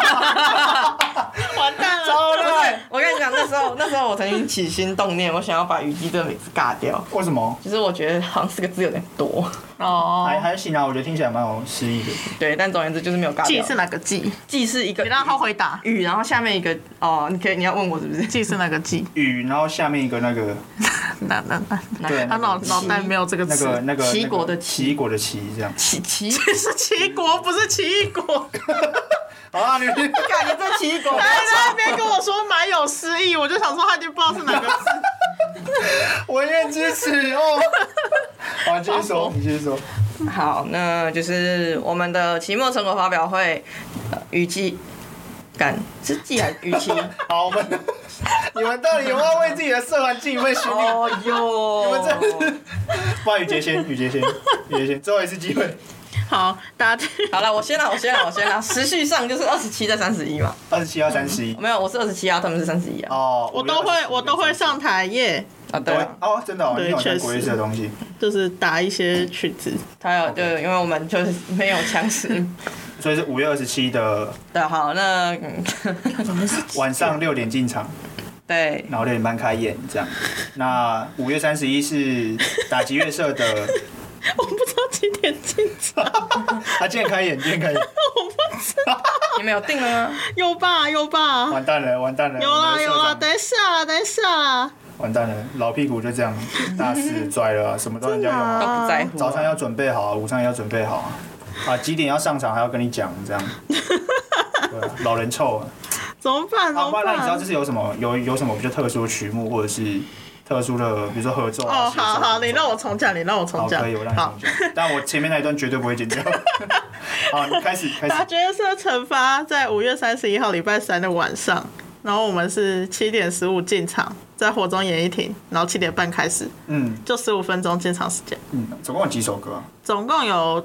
Speaker 3: 蛋了！
Speaker 1: 我跟你讲，那时候我曾经起心动念，我想要把雨季这个名字尬掉。
Speaker 2: 为什么？
Speaker 1: 其实我觉得好像4个字有点多。
Speaker 2: 还行啊，我觉得听起来蛮有诗意的。
Speaker 1: 对，但总而言之就是没有尬掉。
Speaker 3: 季是哪个季？
Speaker 1: 季是一个，
Speaker 3: 你让他回答。
Speaker 1: 雨，然后下面一个你要问我是不是？
Speaker 3: 季是哪个季？
Speaker 2: 雨，然后下面一个那个。
Speaker 3: 对，他脑袋没有这个词。
Speaker 2: 那个
Speaker 1: 齐国的
Speaker 2: 齐国的齐这样。
Speaker 1: 齐
Speaker 3: 是齐国，不是奇异果。
Speaker 2: 好啊，你
Speaker 1: 感觉这奇异果。
Speaker 3: 他在那边跟我说蛮有诗意，我就想说他已经不知道是哪个字。
Speaker 2: 文愿支持哦。好，你继续说。
Speaker 1: 好，那就是我们的期末成果发表会，雨季，是季还是雨季？
Speaker 2: 好，你们到底有没有为自己的社团尽一份心力？
Speaker 1: 哦哟，
Speaker 2: 你们真是，不然雨杰先，最后一次机会。
Speaker 3: 好，大家
Speaker 1: 好了，我先啦。时序上就是27在31嘛。
Speaker 2: 27到31。
Speaker 1: 没有，我是27啊，他们是31啊。
Speaker 2: 哦，
Speaker 3: 我都会上台耶。
Speaker 1: 对啊。
Speaker 2: 哦，真的哦，你有上国乐社的东西。
Speaker 3: 就是打一些曲子。
Speaker 1: 他有，对，因为我们就是没有强势。
Speaker 2: 所以是5月27的。
Speaker 1: 对，好，那
Speaker 2: 晚上6点进场。
Speaker 1: 对。
Speaker 2: 然后6点半开演这样。那5月31是打击乐社的。
Speaker 3: 我不知道几点进场。
Speaker 2: 今天开演。
Speaker 3: 我不知道。
Speaker 1: 你们有定了吗？
Speaker 3: 有吧。完蛋了。有啦，等一下啦。
Speaker 2: 完蛋了，老屁股就这样，大肆拽了，什么都人家用，
Speaker 1: 都不在乎。
Speaker 2: 早餐要准备好，午餐也要准备好啊，几点要上场还要跟你讲这样。对，老人臭啊。
Speaker 3: 怎么办？
Speaker 2: 那你知道这是有什么比较特殊的曲目，或者是特殊的，比如说合奏啊？
Speaker 3: 好，你让我重讲。
Speaker 2: 好，可以，我让你重讲。但我前面那一段绝对不会剪掉。好，你开始。
Speaker 3: 打击乐社惩罚在5月31号礼拜3的晚上，然后我们是7点15进场，在火中演艺厅，然后7点半开始。就15分钟进场时间。
Speaker 2: 总共有几首歌啊？总
Speaker 3: 共有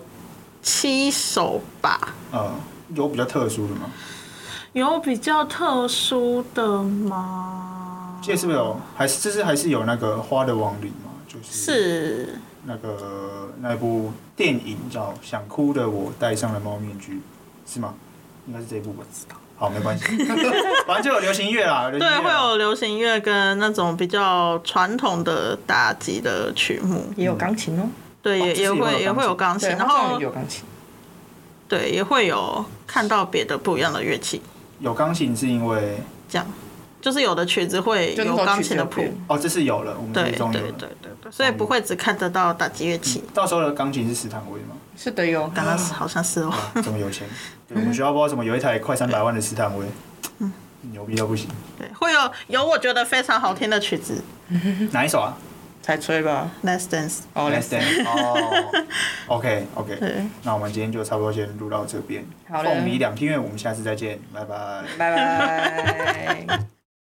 Speaker 3: 7首吧。
Speaker 2: 有比较特殊的吗？
Speaker 3: 有比较特殊的吗？
Speaker 2: 这是不是有？还是有那个《花的亡灵》吗？就是那部电影叫《想哭的我戴上了猫面具》，是吗？应该是这一部吧。好，没关系，反正就有流行乐啦。
Speaker 3: 对，会有流行乐跟那种比较传统的打击的曲目，
Speaker 1: 也有钢琴哦。
Speaker 3: 对，也会有钢琴，然后
Speaker 1: 有钢琴。
Speaker 3: 对，也会有看到别的不一样的乐器。
Speaker 2: 有钢琴是因为
Speaker 3: 这样，就是有的曲子会有钢琴的谱。
Speaker 2: 哦，这是有了，我们最终有了。
Speaker 3: 对，所以不会只看得到打击乐器。
Speaker 2: 到时候的钢琴是史坦威吗？
Speaker 1: 是的哟，
Speaker 3: 刚刚好像是哦。
Speaker 2: 这么有钱，对，我们学校不知道怎么有一台快300万的史坦威，牛逼到不行。
Speaker 3: 对，会有我觉得非常好听的曲子。
Speaker 2: 哪一首啊？
Speaker 1: 才吹吧。
Speaker 3: Let's Dance。
Speaker 2: 哦 ，Let's Dance。哦 ，OK。那我们今天就差不多先录到这边。
Speaker 1: 好的。
Speaker 2: 凤梨两厅院，我们下次再见，拜拜。
Speaker 1: 拜拜。